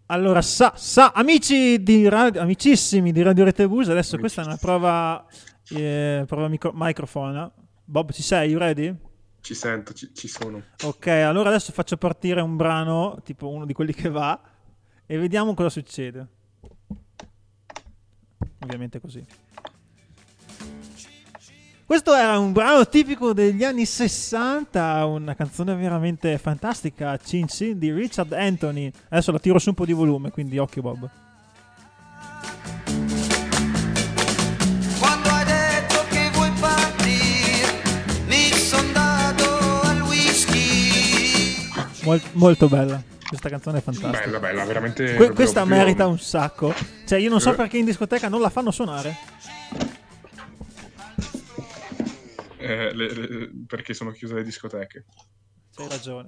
Allora, amici di amicissimi di Radio Rete Bus, adesso questa è una prova, microfono. Bob, ci sei? You ready? Ci sento, ci sono. Ok, allora adesso faccio partire un brano, tipo uno di quelli che va, e vediamo cosa succede. Ovviamente così. Questo era un brano tipico degli anni 60, una canzone veramente fantastica, Chin Chin di Richard Anthony. Adesso la tiro su un po' di volume, quindi occhio Bob. Quando hai detto che vuoi partire, mi son dato al whisky. Molto bella, questa canzone è fantastica. Bella, veramente. Questa proprio- merita un sacco. Cioè io non so Eh. perché in discoteca non la fanno suonare. Perché sono chiuse le discoteche. C'hai ragione.